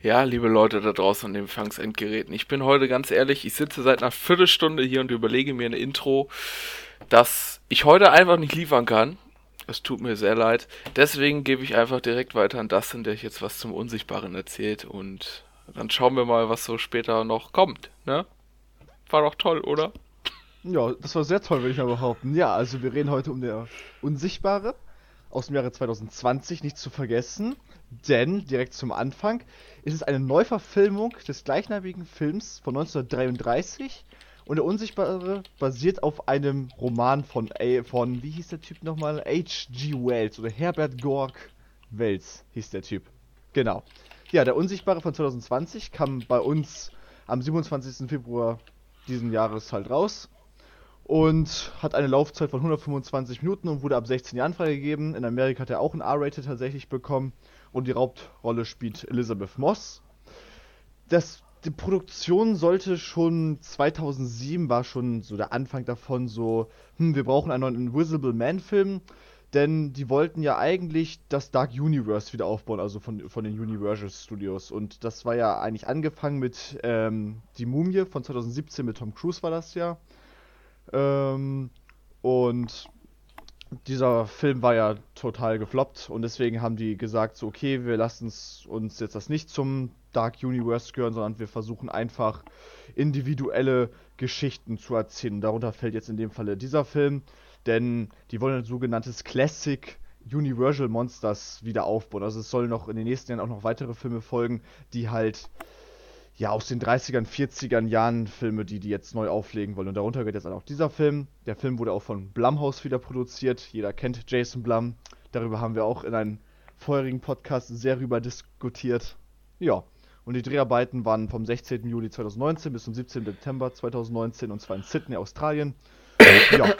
Ja, liebe Leute da draußen an den Empfangsendgeräten, ich bin heute ganz ehrlich, ich sitze seit einer Viertelstunde hier und überlege mir ein Intro, das ich heute einfach nicht liefern kann. Es tut mir sehr leid. Deswegen gebe ich einfach direkt weiter an Dustin, der euch jetzt was zum Unsichtbaren erzählt und dann schauen wir mal, was so später noch kommt, ne? War doch toll, oder? Ja, das war sehr toll, würde ich mal behaupten. Ja, also wir reden heute um der Unsichtbare aus dem Jahre 2020, nicht zu vergessen, denn direkt zum Anfang ist es eine Neuverfilmung des gleichnamigen Films von 1933 und der Unsichtbare basiert auf einem Roman von wie hieß der Typ nochmal? H.G. Wells oder Herbert Georg Wells hieß der Typ. Genau. Ja, der Unsichtbare von 2020 kam bei uns am 27. Februar diesen Jahres halt raus und hat eine Laufzeit von 125 Minuten und wurde ab 16 Jahren freigegeben. In Amerika hat er auch ein R-Rated tatsächlich bekommen und die Hauptrolle spielt Elizabeth Moss. Die Produktion sollte schon 2007, war schon so der Anfang davon so, wir brauchen einen neuen Invisible Man-Film, denn die wollten ja eigentlich das Dark Universe wieder aufbauen, also von den Universal Studios. Und das war ja eigentlich angefangen mit Die Mumie von 2017 mit Tom Cruise war das ja. Ähm, und dieser Film war ja total gefloppt und deswegen haben die gesagt, so okay, wir lassen uns jetzt das nicht zum Dark Universe gehören, sondern wir versuchen einfach individuelle Geschichten zu erzählen. Darunter fällt jetzt in dem Falle dieser Film, denn die wollen ein sogenanntes Classic Universal Monsters wieder aufbauen. Also es sollen noch in den nächsten Jahren auch noch weitere Filme folgen, die halt ja, aus den 30ern, 40ern Jahren Filme, die jetzt neu auflegen wollen. Und darunter gehört jetzt auch dieser Film. Der Film wurde auch von Blumhouse wieder produziert. Jeder kennt Jason Blum. Darüber haben wir auch in einem vorherigen Podcast sehr rüber diskutiert. Ja, und die Dreharbeiten waren vom 16. Juli 2019 bis zum 17. September 2019 und zwar in Sydney, Australien. Ja,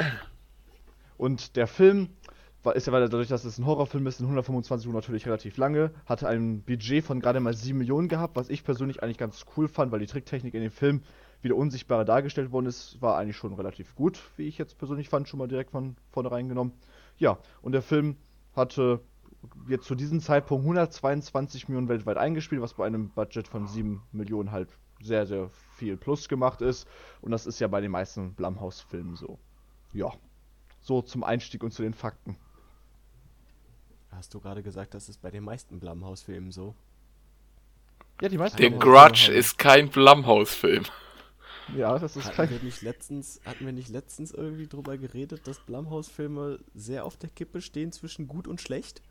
und der Film ist ja, weil dadurch, dass es ein Horrorfilm ist, in 125 Minuten natürlich relativ lange, hatte ein Budget von gerade mal 7 Millionen gehabt, was ich persönlich eigentlich ganz cool fand, weil die Tricktechnik in dem Film wieder unsichtbarer dargestellt worden ist, war eigentlich schon relativ gut, wie ich jetzt persönlich fand, schon mal direkt von vornherein genommen. Ja, und der Film hatte jetzt zu diesem Zeitpunkt 122 Millionen weltweit eingespielt, was bei einem Budget von 7 Millionen halt sehr, sehr viel plus gemacht ist. Und das ist ja bei den meisten Blumhouse-Filmen so. Ja, so zum Einstieg und zu den Fakten. Hast du gerade gesagt, das ist bei den meisten Blumhouse-Filmen so? Ja, die meisten Der Blumhouse-Filme Grudge haben. ist kein Blumhouse-Film. Ja, das ist kein. Hatten wir nicht letztens irgendwie drüber geredet, dass Blumhouse-Filme sehr auf der Kippe stehen zwischen gut und schlecht?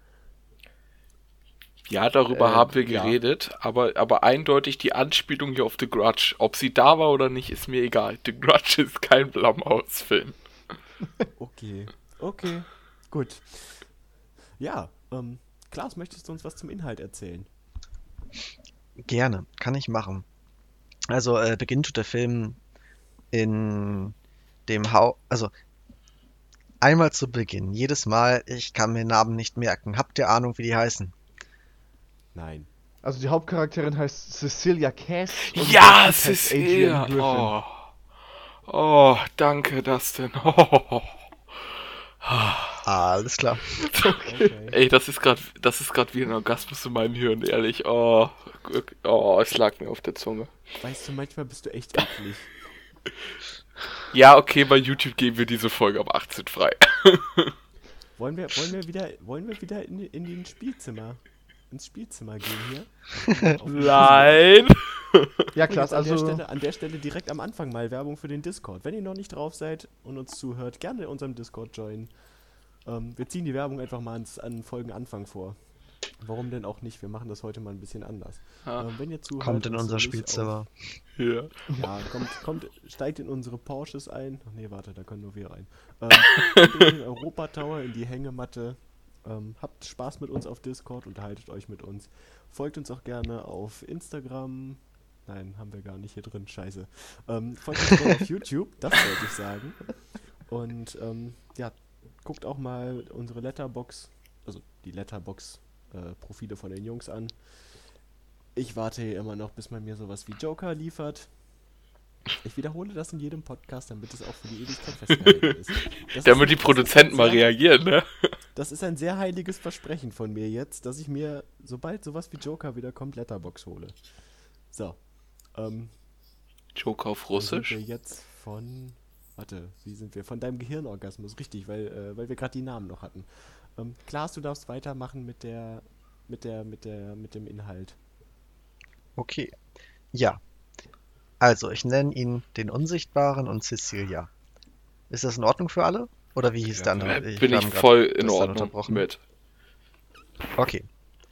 Ja, darüber haben wir Ja. geredet, aber eindeutig die Anspielung hier auf The Grudge. Ob sie da war oder nicht, ist mir egal. The Grudge ist kein Blumhouse-Film. Okay, gut. Ja, Klaas, möchtest du uns was zum Inhalt erzählen? Gerne, kann ich machen. Also beginnt tut der Film in dem Haus, also einmal zu Beginn, jedes Mal, ich kann mir Namen nicht merken. Habt ihr Ahnung, wie die heißen? Nein. Also die Hauptcharakterin heißt Cecilia Cass und der Ja, Typ es heißt ist Adrian er. Griffin. Oh, oh, danke, Dustin. Oh. Alles klar. Okay. Ey, das ist grad wie ein Orgasmus in meinem Hirn, ehrlich. Oh, es lag mir auf der Zunge. Weißt du, manchmal bist du echt eklig. Ja, okay, bei YouTube geben wir diese Folge ab 18 frei. Wollen wir wieder in den ins Spielzimmer gehen hier? Nein. Ja, Und klar, jetzt also an der Stelle direkt am Anfang mal Werbung für den Discord. Wenn ihr noch nicht drauf seid und uns zuhört, gerne in unserem Discord joinen. Wir ziehen die Werbung einfach mal an Folgenanfang vor. Warum denn auch nicht? Wir machen das heute mal ein bisschen anders. Ja. Wenn ihr zuhört, Kommt in und unser nicht Spielzimmer. Ja. Ja, steigt in unsere Porsches ein. Ach nee, warte, da können nur wir rein. Kommt in den Europa Tower, in die Hängematte. Habt Spaß mit uns auf Discord, unterhaltet euch mit uns. Folgt uns auch gerne auf Instagram. Nein, haben wir gar nicht hier drin, scheiße. Folgt uns gerne auf YouTube, das wollte ich sagen. Und ja, guckt auch mal unsere Letterbox, also die Letterbox-Profile von den Jungs an. Ich warte hier immer noch, bis man mir sowas wie Joker liefert. Ich wiederhole das in jedem Podcast, damit es auch für die Ewigkeit festgehalten ist. Das Damit die ist Produzenten mal sehr- reagieren, ne? Das ist ein sehr heiliges Versprechen von mir jetzt, dass ich mir, sobald sowas wie Joker wieder kommt, Letterboxd hole. So. Joker auf Dann sind Russisch? wir jetzt von. Warte, wie sind wir? Von deinem Gehirnorgasmus, richtig, weil wir gerade die Namen noch hatten. Klaas, du darfst weitermachen mit dem Inhalt. Okay. Ja, also ich nenne ihn den Unsichtbaren und Cecilia. Ist das in Ordnung für alle? Oder wie hieß Ja, der klar. andere? Bin Wir ich haben grad voll in das dann Ordnung unterbrochen. mit. Okay.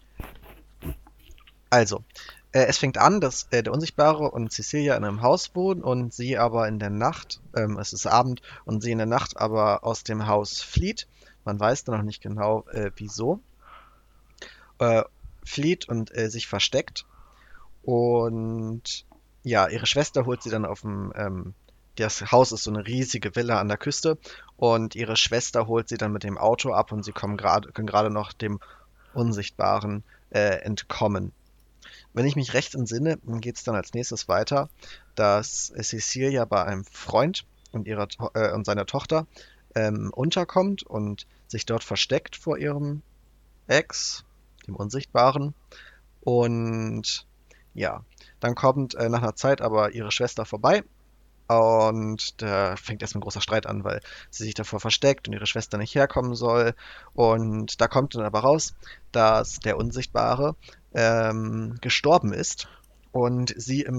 Also, es fängt an, dass der Unsichtbare und Cecilia in einem Haus wohnen und sie aber in der Nacht, es ist Abend, und sie in der Nacht aber aus dem Haus flieht. Man weiß dann noch nicht genau, wieso. Äh, Flieht und sich versteckt. Und ja, ihre Schwester holt sie dann auf dem, das Haus ist so eine riesige Villa an der Küste und ihre Schwester holt sie dann mit dem Auto ab und sie können gerade noch dem Unsichtbaren entkommen. Wenn ich mich recht entsinne, geht es dann als nächstes weiter, dass Cecilia bei einem Freund und seiner Tochter unterkommt und sich dort versteckt vor ihrem Ex, dem Unsichtbaren. Und ja, dann kommt nach einer Zeit aber ihre Schwester vorbei und da fängt erst ein großer Streit an, weil sie sich davor versteckt und ihre Schwester nicht herkommen soll. Und da kommt dann aber raus, dass der Unsichtbare gestorben ist und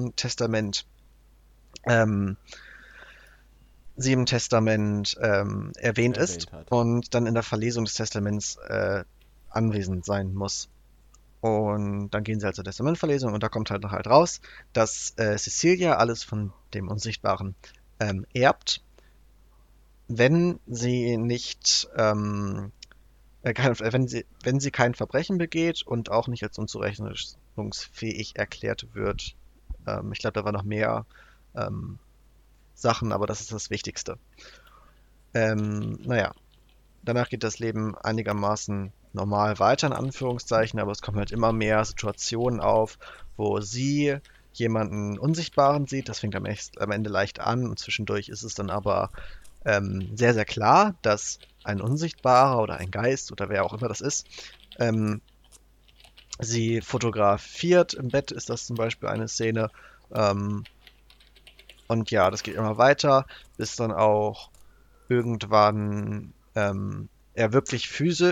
ähm, sie im Testament erwähnt ist Erwähnt hat. und dann in der Verlesung des Testaments anwesend sein muss. Und dann gehen sie halt zur Testamentverlesung und da kommt halt noch halt raus, dass Cecilia alles von dem Unsichtbaren erbt, wenn sie nicht, wenn sie kein Verbrechen begeht und auch nicht als unzurechnungsfähig erklärt wird. Ich glaube, da war noch mehr ähm, Sachen, aber das ist das Wichtigste. Naja, danach geht das Leben einigermaßen normal weiter, in Anführungszeichen, aber es kommen halt immer mehr Situationen auf, wo sie jemanden Unsichtbaren sieht. Das fängt am Ende leicht an und zwischendurch ist es dann aber sehr, sehr klar, dass ein Unsichtbarer oder ein Geist oder wer auch immer das ist, ähm, sie fotografiert. Im Bett ist das zum Beispiel eine Szene. Ähm, und ja, das geht immer weiter, bis dann auch irgendwann er wirklich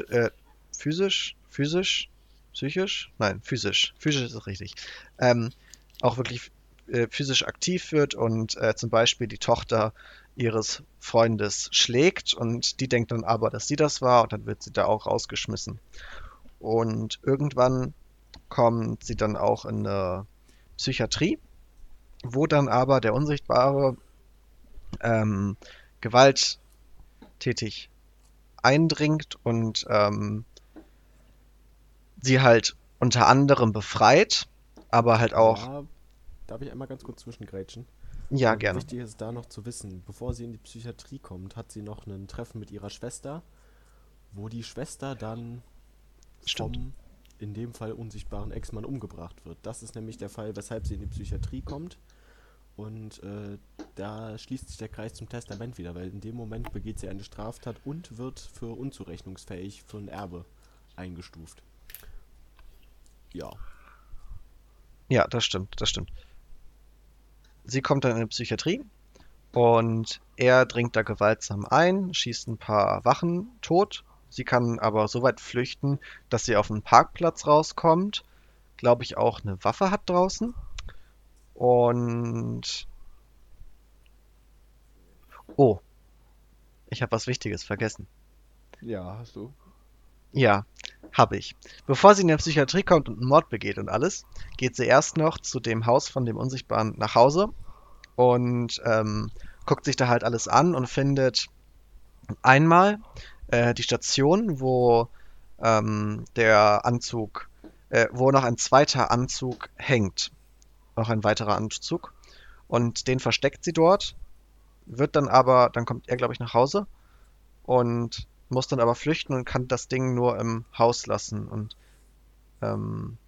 psychisch, nein, physisch ist es richtig, ähm, auch wirklich physisch aktiv wird und zum Beispiel die Tochter ihres Freundes schlägt und die denkt dann aber, dass sie das war und dann wird sie da auch rausgeschmissen. Und irgendwann kommt sie dann auch in eine Psychiatrie, wo dann aber der Unsichtbare ähm, gewalttätig eindringt und sie halt unter anderem befreit, aber halt auch, Ja, darf ich einmal ganz kurz zwischengrätschen? ja, gerne. Wichtig ist da noch zu wissen, bevor sie in die Psychiatrie kommt, hat sie noch ein Treffen mit ihrer Schwester, wo die Schwester dann Stimmt. vom, in dem Fall unsichtbaren Ex-Mann umgebracht wird. Das ist nämlich der Fall, weshalb sie in die Psychiatrie kommt. Und da schließt sich der Kreis zum Testament wieder, weil in dem Moment begeht sie eine Straftat und wird für unzurechnungsfähig für ein Erbe eingestuft. Ja. Ja, das stimmt, das stimmt. Sie kommt dann in die Psychiatrie und er dringt da gewaltsam ein, schießt ein paar Wachen tot. Sie kann aber so weit flüchten, dass sie auf einen Parkplatz rauskommt, glaube ich auch eine Waffe hat draußen. Und oh, ich habe was Wichtiges vergessen. Ja, hast du. Ja, habe ich. Bevor sie in der Psychiatrie kommt und einen Mord begeht und alles, geht sie erst noch zu dem Haus von dem Unsichtbaren nach Hause und guckt sich da halt alles an und findet einmal die Station, wo der Anzug, wo noch ein zweiter Anzug hängt. Noch ein weiterer Anzug. Und den versteckt sie dort, dann kommt er, glaube ich, nach Hause und muss dann aber flüchten und kann das Ding nur im Haus lassen und ähm,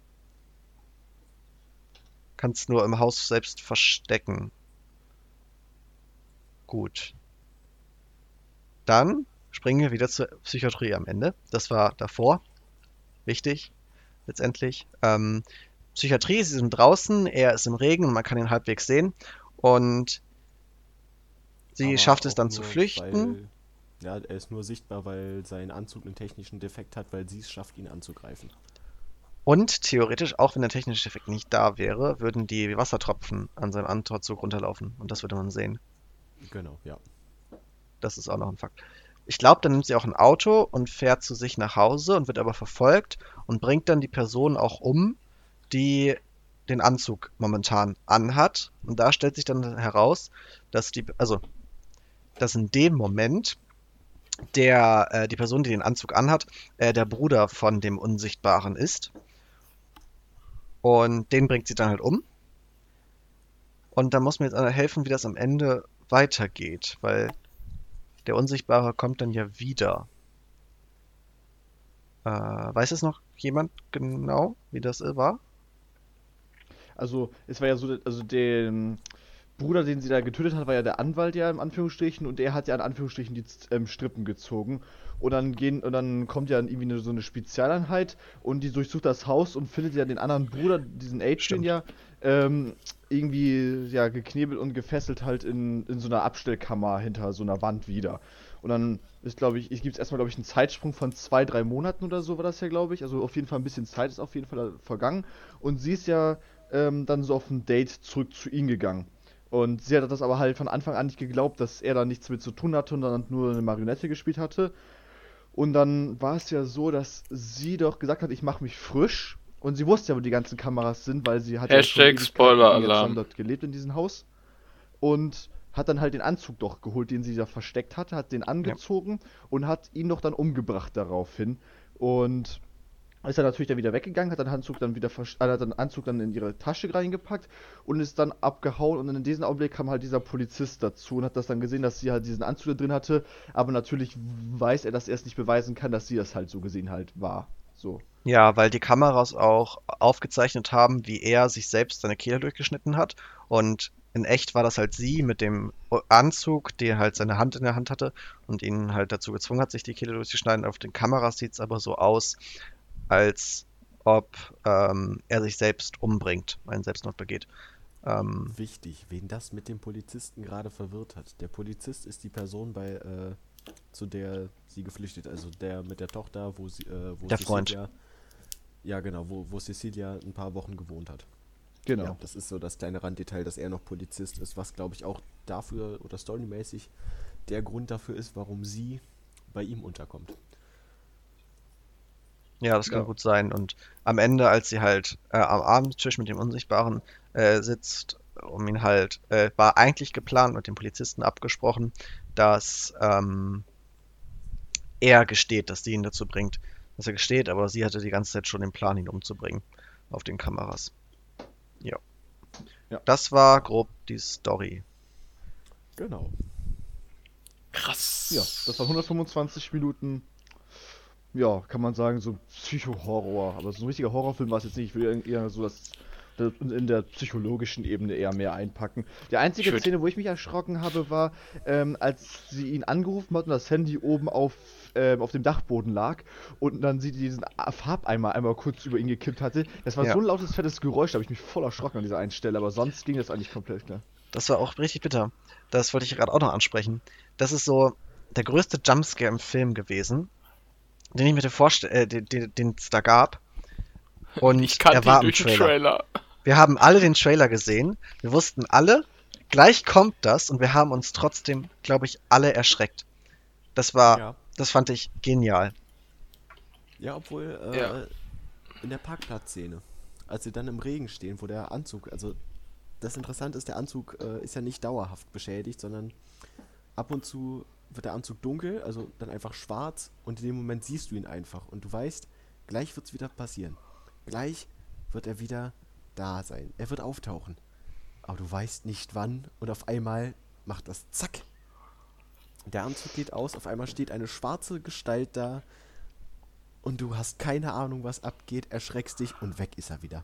kann es nur im Haus selbst verstecken. Gut. Dann springen wir wieder zur Psychiatrie am Ende. Das war davor. Wichtig, letztendlich. Psychiatrie, sie sind draußen, er ist im Regen und man kann ihn halbwegs sehen. Und sie Aber schafft es auch dann zu nur, flüchten. Ja, er ist nur sichtbar, weil sein Anzug einen technischen Defekt hat, weil sie es schafft, ihn anzugreifen. Und theoretisch, auch wenn der technische Effekt nicht da wäre, würden die Wassertropfen an seinem Anzug runterlaufen. Und das würde man sehen. Genau, ja. Das ist auch noch ein Fakt. Ich glaube, dann nimmt sie auch ein Auto und fährt zu sich nach Hause und wird aber verfolgt und bringt dann die Person auch um, die den Anzug momentan anhat. Und da stellt sich dann heraus, dass dass in dem Moment die Person, die den Anzug anhat, der Bruder von dem Unsichtbaren ist. Und den bringt sie dann halt um. Und da muss mir jetzt einer helfen, wie das am Ende weitergeht, weil der Unsichtbare kommt dann ja wieder. Weiß es noch jemand genau, wie das war? Also, es war ja so, also den Bruder, den sie da getötet hat, war ja der Anwalt ja in Anführungsstrichen und er hat ja in Anführungsstrichen die Strippen gezogen. Und dann kommt ja irgendwie so eine Spezialeinheit und die durchsucht das Haus und findet ja den anderen Bruder, diesen Adrian Stimmt. ja, irgendwie ja geknebelt und gefesselt halt in so einer Abstellkammer hinter so einer Wand wieder. Und dann ist, glaube ich, gibt es erstmal, glaube ich, einen Zeitsprung von 2, 3 Monaten oder so war das ja, glaube ich. Also auf jeden Fall ein bisschen Zeit ist auf jeden Fall vergangen. Und sie ist ja dann so auf ein Date zurück zu ihm gegangen. Und sie hat das aber halt von Anfang an nicht geglaubt, dass er da nichts mit zu tun hatte und dann nur eine Marionette gespielt hatte. Und dann war es ja so, dass sie doch gesagt hat, ich mache mich frisch. Und sie wusste ja, wo die ganzen Kameras sind, weil sie hat ja schon Hashtag Ewigkeiten Spoiler-Alarm. jetzt schon dort gelebt in diesem Haus. Und hat dann halt den Anzug doch geholt, den sie da versteckt hatte, hat den angezogen und hat ihn doch dann umgebracht daraufhin. Und ist er natürlich dann wieder weggegangen, hat den Anzug dann hat den Anzug dann in ihre Tasche reingepackt und ist dann abgehauen. Und in diesem Augenblick kam halt dieser Polizist dazu und hat das dann gesehen, dass sie halt diesen Anzug da drin hatte. Aber natürlich weiß er, dass er es nicht beweisen kann, dass sie das halt so gesehen halt war. So. Ja, weil die Kameras auch aufgezeichnet haben, wie er sich selbst seine Kehle durchgeschnitten hat. Und in echt war das halt sie mit dem Anzug, die halt seine Hand in der Hand hatte und ihn halt dazu gezwungen hat, sich die Kehle durchzuschneiden. Auf den Kameras sieht es aber so aus, als ob er sich selbst umbringt, einen Selbstmord begeht. Wichtig, wen das mit dem Polizisten gerade verwirrt hat. Der Polizist ist die Person, zu der sie geflüchtet, also der mit der Tochter, wo Der Freund. Cecilia, ja genau, wo Cecilia ein paar Wochen gewohnt hat. Genau. Ja, das ist so das kleine Randdetail, dass er noch Polizist ist, was glaube ich auch dafür oder storymäßig der Grund dafür ist, warum sie bei ihm unterkommt. Ja, das kann Ja. gut sein. Und am Ende, als sie halt am Abendtisch mit dem Unsichtbaren sitzt, war eigentlich geplant, mit dem Polizisten abgesprochen, dass er gesteht, dass sie ihn dazu bringt, dass er gesteht, aber sie hatte die ganze Zeit schon den Plan, ihn umzubringen auf den Kameras. Ja. Ja. Das war grob die Story. Genau. Krass. Ja, das waren 125 Minuten. Ja, kann man sagen, so Psycho-Horror. Aber so ein richtiger Horrorfilm war es jetzt nicht. Ich würde eher so das in der psychologischen Ebene eher mehr einpacken. Die einzige Szene, wo ich mich erschrocken habe, war, als sie ihn angerufen hat und das Handy oben auf dem Dachboden lag und dann sie diesen Farbeimer einmal kurz über ihn gekippt hatte. Das war Ja. so ein lautes, fettes Geräusch, da habe ich mich voll erschrocken an dieser einen Stelle, aber sonst ging das eigentlich komplett klar. Das war auch richtig bitter. Das wollte ich gerade auch noch ansprechen. Das ist so der größte Jumpscare im Film gewesen, den ich mir vorstelle, den es da gab. Und Ich kannte er war ihn im durch den Trailer. Wir haben alle den Trailer gesehen. Wir wussten alle, gleich kommt das und wir haben uns trotzdem, glaube ich, alle erschreckt. Das fand ich genial. Ja, obwohl Ja. in der Parkplatzszene, als sie dann im Regen stehen, wo der Anzug, also das Interessante ist, der Anzug ist ja nicht dauerhaft beschädigt, sondern ab und zu wird der Anzug dunkel, also dann einfach schwarz und in dem Moment siehst du ihn einfach und du weißt, gleich wird es wieder passieren. Gleich wird er wieder da sein. Er wird auftauchen. Aber du weißt nicht wann und auf einmal macht das zack. Der Anzug geht aus, auf einmal steht eine schwarze Gestalt da und du hast keine Ahnung, was abgeht, erschreckst dich und weg ist er wieder.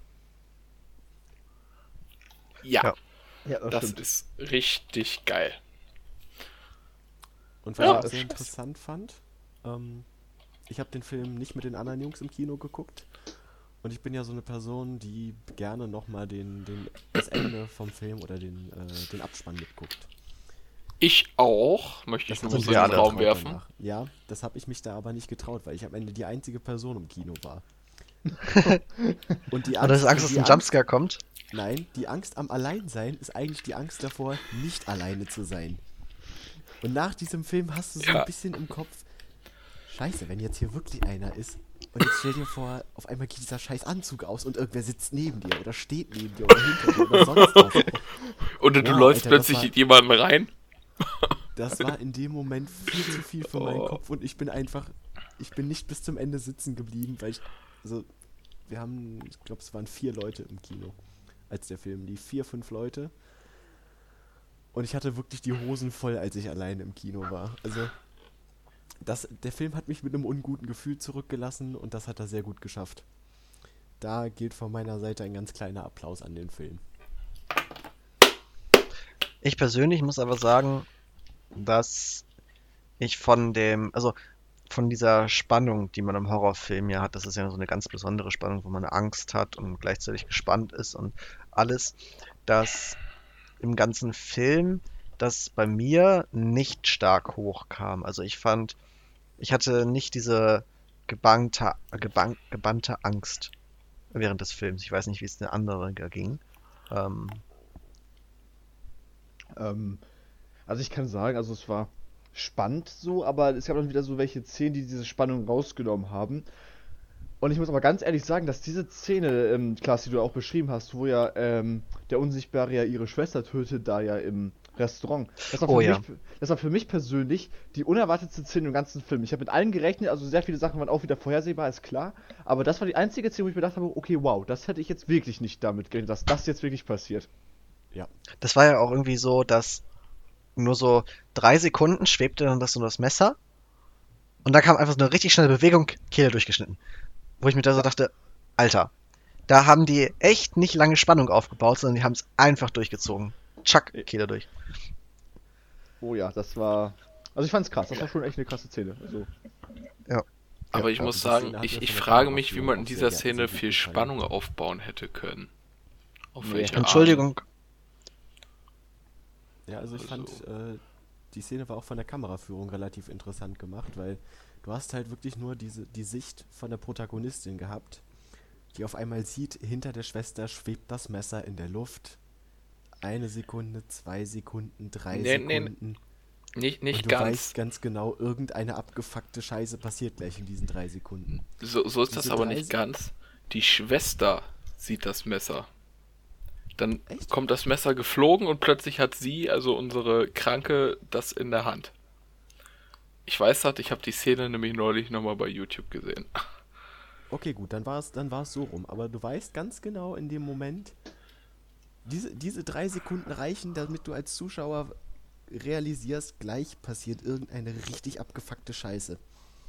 Ja, Ja. Ja, das ist richtig geil. Und was Ja, ich auch das sehr stimmt. interessant fand, ich habe den Film nicht mit den anderen Jungs im Kino geguckt. Und ich bin ja so eine Person, die gerne nochmal das Ende vom Film oder den Abspann mitguckt. Ich auch, möchte ich Das nur hab mal ich so wir in mich den alle. Raum getraut werfen. danach. Ja, das habe ich mich da aber nicht getraut, weil ich am Ende die einzige Person im Kino war. Und die Und das ist Angst, dass die ein Jumpscare kommt. Nein, die Angst am Alleinsein ist eigentlich die Angst davor, nicht alleine zu sein. Und nach diesem Film hast du so Ja. ein bisschen im Kopf, Scheiße, wenn jetzt hier wirklich einer ist und jetzt stell dir vor, auf einmal geht dieser scheiß Anzug aus und irgendwer sitzt neben dir oder steht neben dir oder hinter dir oder sonst was. Oder du Wow, läufst Alter, das plötzlich war- in jemanden rein. Das war in dem Moment viel zu viel für meinen Oh. Kopf und ich bin nicht bis zum Ende sitzen geblieben, weil ich glaube, es waren 4 Leute im Kino, als der Film lief. 4, 5 Leute. Und ich hatte wirklich die Hosen voll, als ich alleine im Kino war. Also, der Film hat mich mit einem unguten Gefühl zurückgelassen und das hat er sehr gut geschafft. Da gilt von meiner Seite ein ganz kleiner Applaus an den Film. Ich persönlich muss aber sagen, dass ich von dieser Spannung, die man im Horrorfilm ja hat, das ist ja so eine ganz besondere Spannung, wo man Angst hat und gleichzeitig gespannt ist und alles, dass im ganzen Film das bei mir nicht stark hochkam. Also ich fand, ich hatte nicht diese gebannte Angst während des Films. Ich weiß nicht, wie es den anderen ging. Ähm, Ähm, also ich kann sagen, also es war spannend so, aber es gab dann wieder so welche Szenen, die diese Spannung rausgenommen haben. Und ich muss aber ganz ehrlich sagen, dass diese Szene, Klaas, die du auch beschrieben hast, wo ja der Unsichtbare ja ihre Schwester tötet, da ja im Restaurant. Oh ja. Das war für mich persönlich die unerwartetste Szene im ganzen Film. Ich habe mit allen gerechnet, also sehr viele Sachen waren auch wieder vorhersehbar, ist klar. Aber das war die einzige Szene, wo ich mir gedacht habe, okay, wow, das hätte ich jetzt wirklich nicht damit gerechnet, dass das jetzt wirklich passiert. Ja. Das war ja auch irgendwie so, dass nur so 3 Sekunden schwebte dann das Messer und da kam einfach so eine richtig schnelle Bewegung, Kehle durchgeschnitten. Wo ich mir da so dachte, Alter, da haben die echt nicht lange Spannung aufgebaut, sondern die haben es einfach durchgezogen. Tschack, Kehle durch. Oh ja, das war. Also ich fand's krass, das war schon echt eine krasse Szene. Also, Aber ich Ja, muss die sagen, Szene hat mir ich von der frage mich, wie Kameraführung man in auch dieser sehr Szene gut viel gefallen. Spannung aufbauen hätte können. Auf Nee. welche Art? Entschuldigung, Ja, also ich Also- fand, die Szene war auch von der Kameraführung relativ interessant gemacht, weil du hast halt wirklich nur die Sicht von der Protagonistin gehabt, die auf einmal sieht, hinter der Schwester schwebt das Messer in der Luft. 1 Sekunde, 2 Sekunden, 3 Nee, nee, Sekunden. Nicht Und du ganz. weißt ganz genau, irgendeine abgefuckte Scheiße passiert gleich in diesen 3 Sekunden. So ist das diese aber 3 nicht ganz. Die Schwester sieht das Messer. Dann Echt? kommt das Messer geflogen und plötzlich hat sie, also unsere Kranke, das in der Hand. Ich weiß das, ich habe die Szene nämlich neulich nochmal bei YouTube gesehen. Okay, gut, dann war es so rum. Aber du weißt ganz genau in dem Moment, diese 3 Sekunden reichen, damit du als Zuschauer realisierst, gleich passiert irgendeine richtig abgefuckte Scheiße.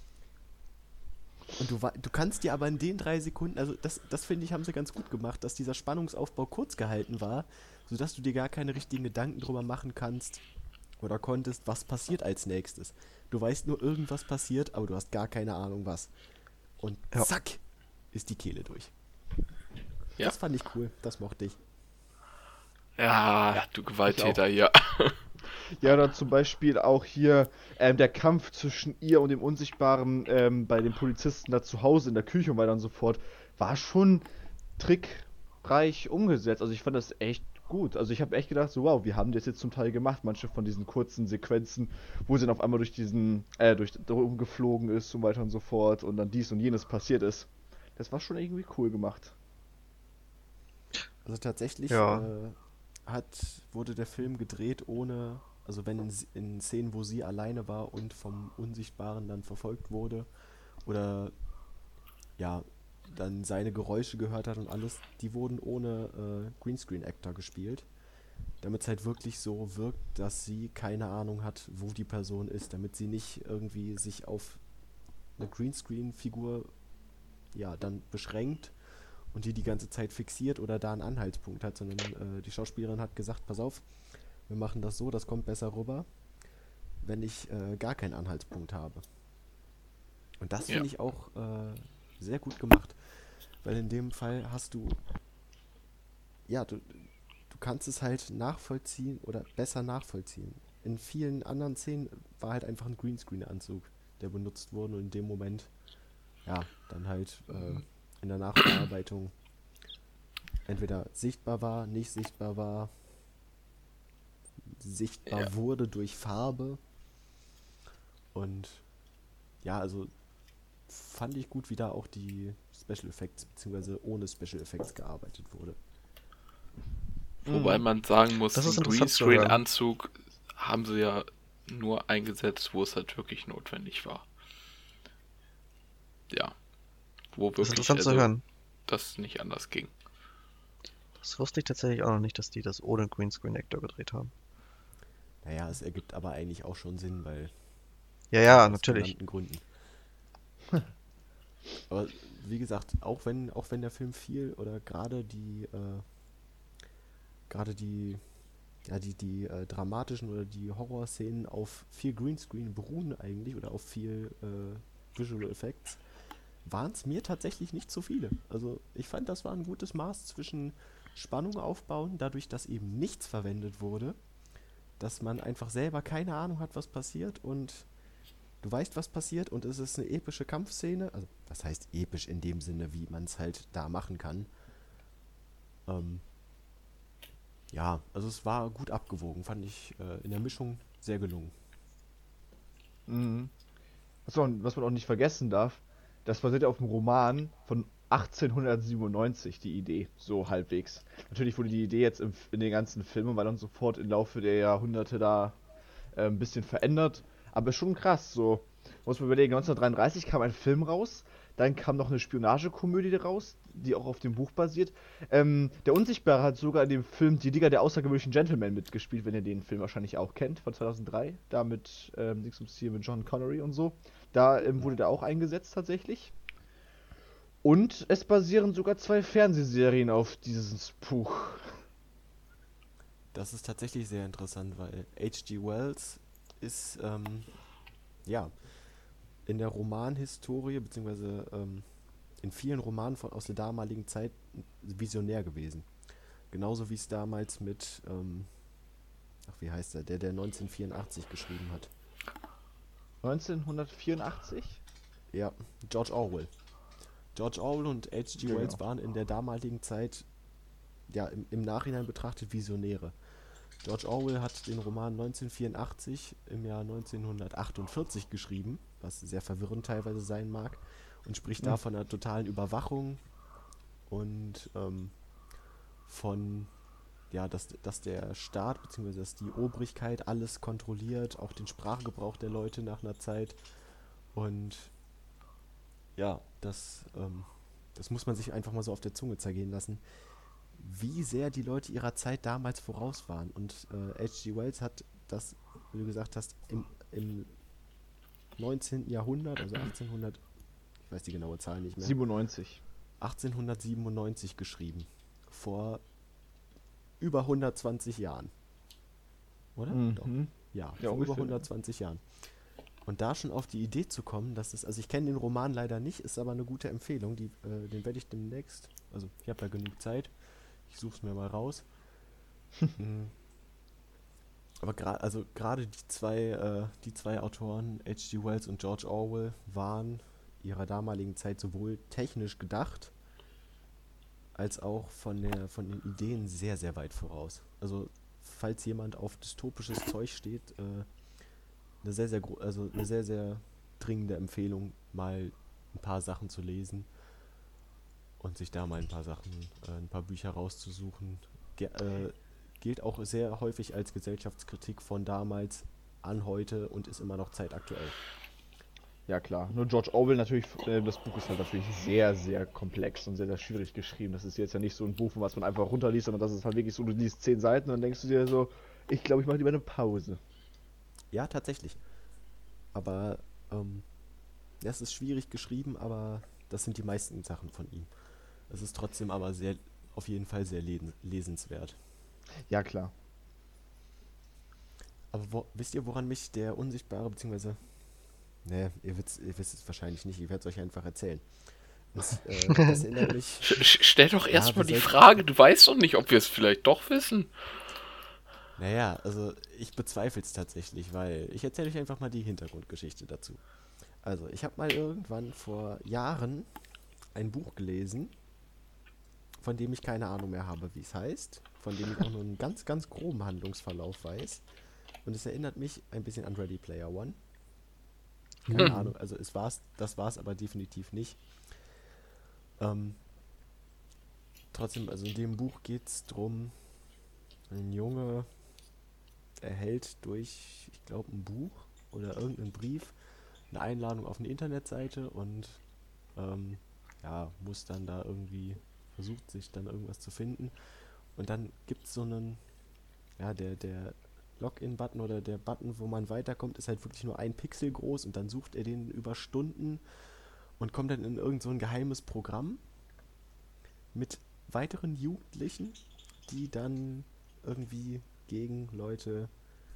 Und du kannst dir aber in den 3 Sekunden, also das finde ich, haben sie ganz gut gemacht, dass dieser Spannungsaufbau kurz gehalten war, sodass du dir gar keine richtigen Gedanken drüber machen kannst oder konntest, was passiert als nächstes. Du weißt nur, irgendwas passiert, aber du hast gar keine Ahnung was. Und Ja. zack, ist die Kehle durch. Ja. Das fand ich cool, das mochte ich. Ja, du Gewalttäter hier. ja, oder zum Beispiel auch hier der Kampf zwischen ihr und dem Unsichtbaren bei den Polizisten da zu Hause in der Küche und weiter und so fort, war schon trickreich umgesetzt. Also ich fand das echt gut. Also ich habe echt gedacht, so wow, wie haben die das jetzt zum Teil gemacht? Manche von diesen kurzen Sequenzen, wo sie dann auf einmal durch darum geflogen ist und weiter und so fort und dann dies und jenes passiert ist. Das war schon irgendwie cool gemacht. Also tatsächlich Ja. wurde der Film gedreht ohne, also wenn in Szenen, wo sie alleine war und vom Unsichtbaren dann verfolgt wurde oder ja, dann seine Geräusche gehört hat und alles, die wurden ohne Greenscreen-Actor gespielt, damit es halt wirklich so wirkt, dass sie keine Ahnung hat, wo die Person ist, damit sie nicht irgendwie sich auf eine Greenscreen-Figur ja dann beschränkt und die ganze Zeit fixiert oder da einen Anhaltspunkt hat, sondern die Schauspielerin hat gesagt, pass auf, wir machen das so, das kommt besser rüber. wenn ich gar keinen Anhaltspunkt habe. Und das Ja. finde ich auch sehr gut gemacht. Weil in dem Fall hast du, ja, du kannst es halt nachvollziehen oder besser nachvollziehen. In vielen anderen Szenen war halt einfach ein Greenscreen-Anzug, der benutzt wurde und in dem Moment, ja, dann halt in der Nachbearbeitung entweder sichtbar war, nicht sichtbar war, sichtbar Ja. wurde durch Farbe. Und ja, also fand ich gut, wie da auch die Special Effects beziehungsweise ohne Special Effects gearbeitet wurde. Wobei man sagen muss, Das ist den interessant zu hören. Greenscreen-Anzug haben sie ja nur eingesetzt, wo es halt wirklich notwendig war. Ja. Wo Das ist wirklich interessant zu hören. das nicht anders ging. Das wusste ich tatsächlich auch noch nicht, dass die das ohne Greenscreen-Actor gedreht haben. Naja, es ergibt aber eigentlich auch schon Sinn, weil Ja, aus natürlich. genannten Gründen. Aber wie gesagt, auch wenn der Film viel oder gerade die dramatischen oder die Horrorszenen auf viel Greenscreen beruhen eigentlich oder auf viel Visual Effects, waren es mir tatsächlich nicht so viele. Also ich fand, das war ein gutes Maß zwischen Spannung aufbauen, dadurch, dass eben nichts verwendet wurde, dass man einfach selber keine Ahnung hat, was passiert und du weißt, was passiert und es ist eine epische Kampfszene. Also was heißt episch in dem Sinne, wie man es halt da machen kann. Ja, also es war gut abgewogen, fand ich in der Mischung sehr gelungen. Mhm. Was man auch nicht vergessen darf, das basiert ja auf dem Roman von 1897, die Idee, so halbwegs. Natürlich wurde die Idee jetzt in den ganzen Filmen, weil dann sofort im Laufe der Jahrhunderte da ein bisschen verändert. Aber ist schon krass, so. Muss man überlegen, 1933 kam ein Film raus, dann kam noch eine Spionagekomödie raus, die auch auf dem Buch basiert. Der Unsichtbare hat sogar in dem Film Die Liga der außergewöhnlichen Gentlemen mitgespielt, wenn ihr den Film wahrscheinlich auch kennt, von 2003. Da mit Dings ums Ziel mit John Connery und so. Da wurde der auch eingesetzt tatsächlich. Und es basieren sogar 2 Fernsehserien auf dieses Buch. Das ist tatsächlich sehr interessant, weil H.G. Wells ist, ja, in der Romanhistorie, beziehungsweise in vielen Romanen aus der damaligen Zeit visionär gewesen. Genauso wie es damals mit, wie heißt der 1984 geschrieben hat. 1984? Ja, George Orwell. George Orwell und H.G. Genau. Wells waren in der damaligen Zeit, ja, im Nachhinein betrachtet Visionäre. George Orwell hat den Roman 1984 im Jahr 1948 geschrieben, was sehr verwirrend teilweise sein mag, und spricht da von einer totalen Überwachung und von, ja, dass der Staat bzw. dass die Obrigkeit alles kontrolliert, auch den Sprachgebrauch der Leute nach einer Zeit. Und ja, das muss man sich einfach mal so auf der Zunge zergehen lassen, wie sehr die Leute ihrer Zeit damals voraus waren. Und H.G. Wells hat das, wie du gesagt hast, im 19. Jahrhundert, also 1800, ich weiß die genaue Zahl nicht mehr, 97. 1897 geschrieben. Vor über 120 Jahren. Oder? Doch. Ja, Ja, vor ungefähr. über 120 Jahren. Und da schon auf die Idee zu kommen, dass es, also ich kenne den Roman leider nicht, ist aber eine gute Empfehlung, den werde ich demnächst, also ich habe ja genug Zeit, ich suche es mir mal raus. Aber gerade die zwei Autoren, H.G. Wells und George Orwell, waren ihrer damaligen Zeit sowohl technisch gedacht, als auch von den Ideen sehr, sehr weit voraus. Also falls jemand auf dystopisches Zeug steht, eine sehr, sehr dringende Empfehlung, mal ein paar Sachen zu lesen und sich da mal ein paar Bücher rauszusuchen. Gilt auch sehr häufig als Gesellschaftskritik von damals an heute und ist immer noch zeitaktuell. Ja klar, nur George Orwell natürlich, das Buch ist halt natürlich sehr, sehr komplex und sehr, sehr schwierig geschrieben. Das ist jetzt ja nicht so ein Buch, was man einfach runterliest, sondern das ist halt wirklich so, du liest 10 Seiten und dann denkst du dir so, ich glaube, ich mache lieber eine Pause. Ja, tatsächlich. Aber es ist schwierig geschrieben, aber das sind die meisten Sachen von ihm. Es ist trotzdem aber auf jeden Fall sehr lesenswert. Ja klar. Aber wisst ihr, woran mich der Unsichtbare, beziehungsweise, ne, ihr wisst es wahrscheinlich nicht, ich werde es euch einfach erzählen. Das erinnert mich, Stell doch ja, erstmal die Frage, du weißt doch nicht, ob wir es vielleicht doch wissen. naja, also ich bezweifle es tatsächlich, weil ich erzähle euch einfach mal die Hintergrundgeschichte dazu. Also, ich habe mal irgendwann vor Jahren ein Buch gelesen, von dem ich keine Ahnung mehr habe, wie es heißt, von dem ich auch nur einen ganz, ganz groben Handlungsverlauf weiß. Und es erinnert mich ein bisschen an Ready Player One. Keine Ahnung, also das war es aber definitiv nicht. Ähm, Trotzdem, also in dem Buch geht es darum, ein Junge erhält durch, ich glaube, ein Buch oder irgendeinen Brief eine Einladung auf eine Internetseite und ja, muss dann da irgendwie, versucht sich dann irgendwas zu finden. Und dann gibt es so einen, ja, der Login-Button oder der Button, wo man weiterkommt, ist halt wirklich nur ein Pixel groß und dann sucht er den über Stunden und kommt dann in irgend so ein geheimes Programm mit weiteren Jugendlichen, die dann irgendwie gegen Leute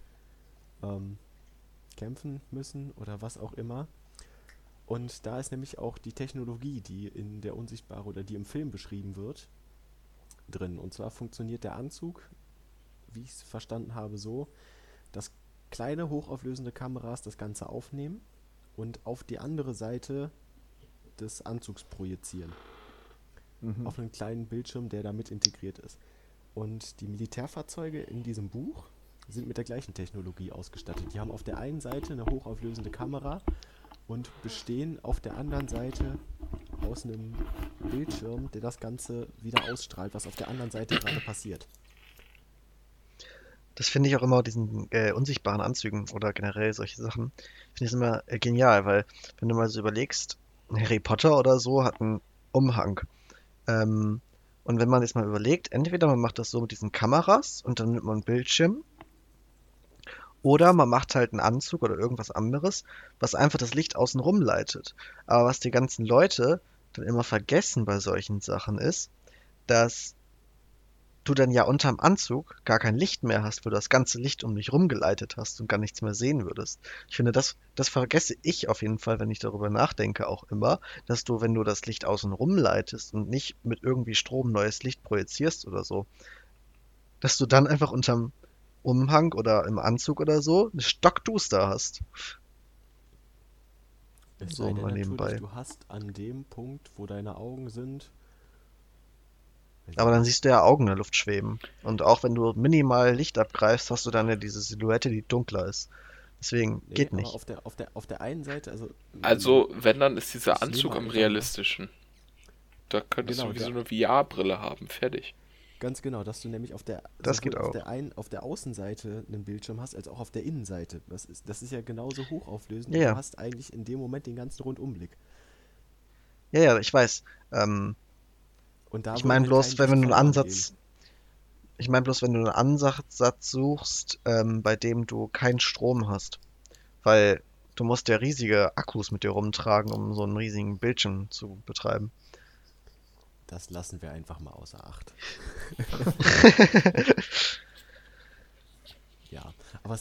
kämpfen müssen oder was auch immer. Und da ist nämlich auch die Technologie, die in der Unsichtbare oder die im Film beschrieben wird, drin. Und zwar funktioniert der Anzug, wie ich es verstanden habe, so, dass kleine hochauflösende Kameras das Ganze aufnehmen und auf die andere Seite des Anzugs projizieren. Auf einen kleinen Bildschirm, der da mit integriert ist. Und die Militärfahrzeuge in diesem Buch sind mit der gleichen Technologie ausgestattet. Die haben auf der einen Seite eine hochauflösende Kamera und bestehen auf der anderen Seite aus einem Bildschirm, der das Ganze wieder ausstrahlt, was auf der anderen Seite gerade passiert. Das finde ich auch immer diesen unsichtbaren Anzügen oder generell solche Sachen, finde ich immer genial, weil wenn du mal so überlegst, Harry Potter oder so hat einen Umhang. Und wenn man jetzt mal überlegt, entweder man macht das so mit diesen Kameras und dann nimmt man einen Bildschirm, oder man macht halt einen Anzug oder irgendwas anderes, was einfach das Licht außen rum leitet. Aber was die ganzen Leute dann immer vergessen bei solchen Sachen ist, dass du dann ja unterm Anzug gar kein Licht mehr hast, wo du das ganze Licht um dich rumgeleitet hast und gar nichts mehr sehen würdest. Ich finde, das vergesse ich auf jeden Fall, wenn ich darüber nachdenke, auch immer, dass du, wenn du das Licht außen rum leitest und nicht mit irgendwie Strom neues Licht projizierst oder so, dass du dann einfach unterm Umhang oder im Anzug oder so eine stockduster hast. Es So sei denn mal natürlich, nebenbei. du hast an dem Punkt, wo deine Augen sind, weiß ich Aber dann nicht. siehst du ja Augen in der Luft schweben. Und auch wenn du minimal Licht abgreifst, hast du dann ja diese Silhouette, die dunkler ist. Deswegen Nee, geht aber nicht. auf der einen Seite, also Also, wenn, dann ist dieser ich nehme Anzug am einfach mal, realistischen. Da könntest genau, du wie so eine VR-Brille haben. Fertig. ganz genau, dass du nämlich auf der, Das sowohl geht auch. auf der Außenseite einen Bildschirm hast, als auch auf der Innenseite. Das ist ja genauso hochauflösend Ja, und du ja. hast eigentlich in dem Moment den ganzen Rundumblick. Ja, ja, ich weiß. Ähm, Und da ich würde meine halt kein bloß, wenn Licht du einen verloren gehen. Ansatz, ich meine bloß, wenn du einen Ansatz suchst, bei dem du keinen Strom hast. Weil du musst ja riesige Akkus mit dir rumtragen, um so einen riesigen Bildschirm zu betreiben. Das lassen wir einfach mal außer Acht. Ja, aber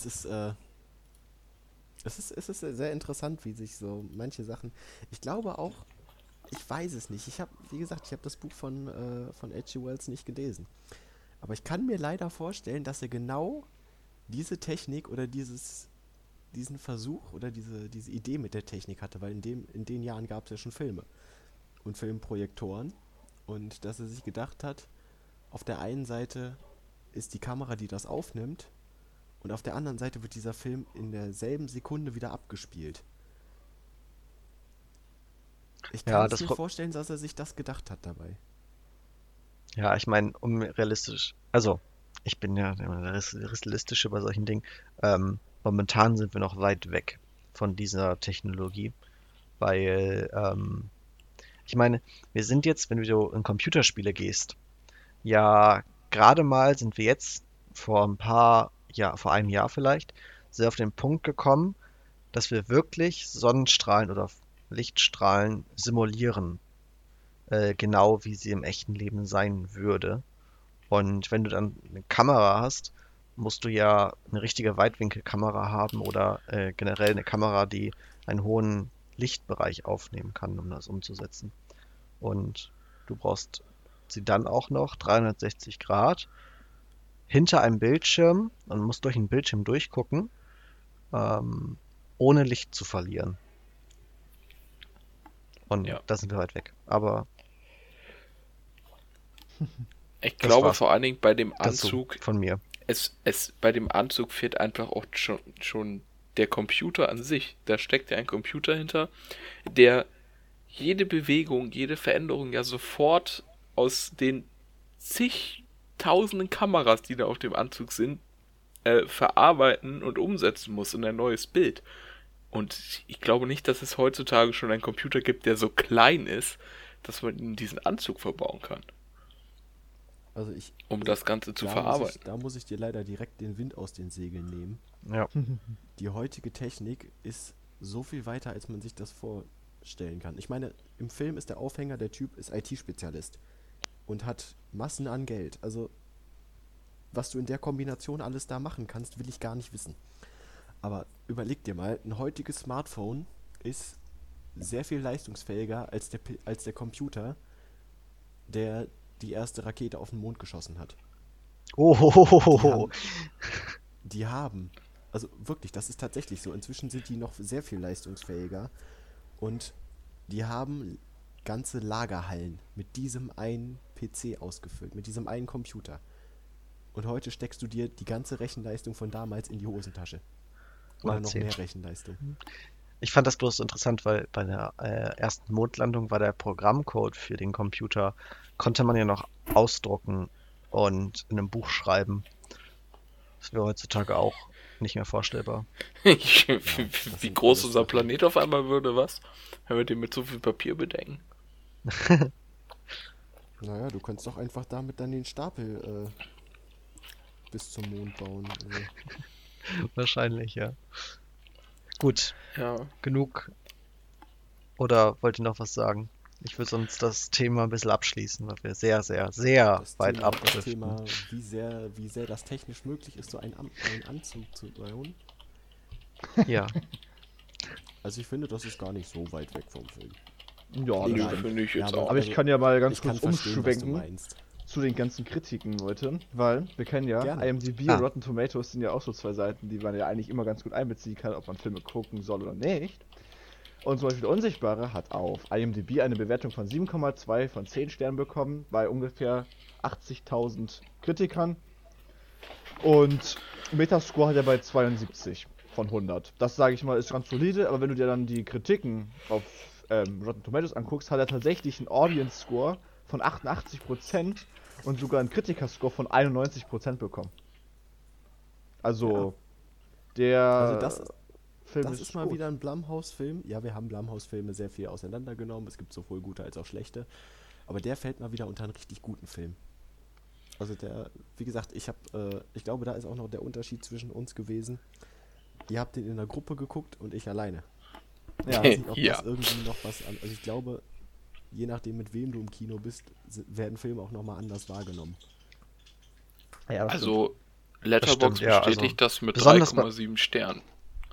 es ist sehr interessant, wie sich so manche Sachen. Ich glaube auch, ich weiß es nicht. Wie gesagt, ich habe das Buch von H.G. Wells nicht gelesen. Aber ich kann mir leider vorstellen, dass er genau diese Technik oder diesen Versuch oder diese Idee mit der Technik hatte, weil in den Jahren gab es ja schon Filme und Filmprojektoren. Und dass er sich gedacht hat, auf der einen Seite ist die Kamera, die das aufnimmt, und auf der anderen Seite wird dieser Film in derselben Sekunde wieder abgespielt. Ich kann Ja, es das, mir vorstellen, dass er sich das gedacht hat dabei. ja, ich meine, um realistisch, also, ich bin ja der realistische bei solchen Dingen. Momentan sind wir noch weit weg von dieser Technologie, weil, ich meine, wir sind jetzt, wenn du in Computerspiele gehst, ja, gerade mal sind wir jetzt vor einem Jahr vielleicht, sehr auf den Punkt gekommen, dass wir wirklich Sonnenstrahlen oder Lichtstrahlen simulieren, genau wie sie im echten Leben sein würde. Und wenn du dann eine Kamera hast, musst du ja eine richtige Weitwinkelkamera haben oder generell eine Kamera, die einen hohen Lichtbereich aufnehmen kann, um das umzusetzen. Und du brauchst sie dann auch noch 360 Grad hinter einem Bildschirm und musst durch den Bildschirm durchgucken, ohne Licht zu verlieren. Und Ja. da sind wir weit weg. Aber Ich Das glaube war's. vor allen Dingen bei dem das so Anzug, von mir. bei dem Anzug fehlt einfach auch schon der Computer an sich. Da steckt ja ein Computer hinter, der jede Bewegung, jede Veränderung ja sofort aus den zigtausenden Kameras, die da auf dem Anzug sind, verarbeiten und umsetzen muss in ein neues Bild. Und ich glaube nicht, dass es heutzutage schon einen Computer gibt, der so klein ist, dass man in diesen Anzug verbauen kann, Also um das Ganze zu da verarbeiten. da muss ich dir leider direkt den Wind aus den Segeln nehmen. Ja. Die heutige Technik ist so viel weiter, als man sich das vorstellen kann. Ich meine, im Film ist der Aufhänger, der Typ ist IT-Spezialist und hat Massen an Geld. Also, was du in der Kombination alles da machen kannst, will ich gar nicht wissen. Aber überleg dir mal, ein heutiges Smartphone ist sehr viel leistungsfähiger als der Computer, der die erste Rakete auf den Mond geschossen hat. Oh, Die haben, also wirklich, das ist tatsächlich so. Inzwischen sind die noch sehr viel leistungsfähiger und die haben ganze Lagerhallen mit diesem einen PC ausgefüllt, mit diesem einen Computer. Und heute steckst du dir die ganze Rechenleistung von damals in die Hosentasche. Oder Mal noch 10. mehr Rechenleistung. Ich fand das bloß interessant, weil bei der ersten Mondlandung war der Programmcode für den Computer, konnte man ja noch ausdrucken und in einem Buch schreiben. Das wäre heutzutage auch nicht mehr vorstellbar. Wie sind groß alles unser Sachen. Planet auf einmal würde, was? Wenn wir den mit so viel Papier bedenken. Naja, du kannst doch einfach damit dann den Stapel bis zum Mond bauen. Also, Wahrscheinlich, ja. Gut, Ja. genug. Oder wollt ihr noch was sagen? Ich will sonst das Thema ein bisschen abschließen, weil wir sehr, sehr, sehr weit das abdriften. Thema, wie sehr das technisch möglich ist, so einen Anzug zu bauen. Ja, Also ich finde, das ist gar nicht so weit weg vom Film. Ja, Nö, das Nein. stimmt. finde ich jetzt Ja, auch. Aber ich kann ja mal ganz Ich kann kurz verstehen, was du umschwenken meinst. zu den ganzen Kritiken, Leute, weil wir kennen ja, Gerne. IMDb Ah. und Rotten Tomatoes sind ja auch so zwei Seiten, die man ja eigentlich immer ganz gut einbeziehen kann, ob man Filme gucken soll oder nicht. Und zum Beispiel der Unsichtbare hat auf IMDb eine Bewertung von 7,2 von 10 Sternen bekommen, bei ungefähr 80.000 Kritikern. Und Metascore hat er bei 72 von 100. Das, sage ich mal, ist ganz solide, aber wenn du dir dann die Kritiken auf Rotten Tomatoes anguckst, hat er tatsächlich einen Audience Score von 88% und sogar einen Kritiker-Score von 91% bekommen. Also, der Also Film Das ist mal gut. wieder ein Blumhouse-Film. Ja, wir haben Blumhouse-Filme sehr viel auseinandergenommen. Es gibt sowohl gute als auch schlechte. Aber der fällt mal wieder unter einen richtig guten Film. Also der, wie gesagt, ich glaube, da ist auch noch der Unterschied zwischen uns gewesen. Ihr habt den in der Gruppe geguckt und ich alleine. Ich Ja, weiß nicht, ob Ja. das irgendwie noch was an. Also ich glaube, je nachdem, mit wem du im Kino bist, werden Filme auch nochmal anders wahrgenommen. ja, das Also, Letterboxd stimmt, ja, bestätigt das mit besonders bei- 3,7 Sternen.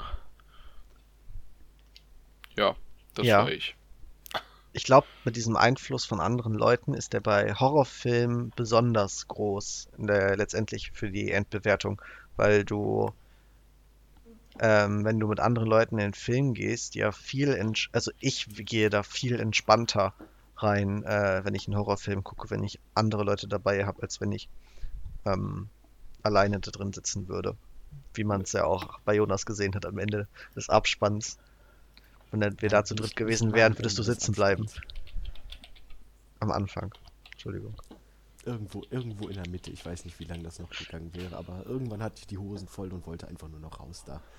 Ja, das Ja. war ich. ich glaube, mit diesem Einfluss von anderen Leuten ist der bei Horrorfilmen besonders groß, letztendlich für die Endbewertung, weil du, wenn du mit anderen Leuten in den Film gehst, ja also ich gehe da viel entspannter rein, wenn ich einen Horrorfilm gucke, wenn ich andere Leute dabei habe, als wenn ich alleine da drin sitzen würde. Wie man es ja auch bei Jonas gesehen hat am Ende des Abspanns. Wenn wir da zu dritt gewesen wären, würdest du sitzen bleiben. Am Anfang. Entschuldigung. Irgendwo in der Mitte. Ich weiß nicht, wie lange das noch gegangen wäre, aber irgendwann hatte ich die Hosen voll und wollte einfach nur noch raus da.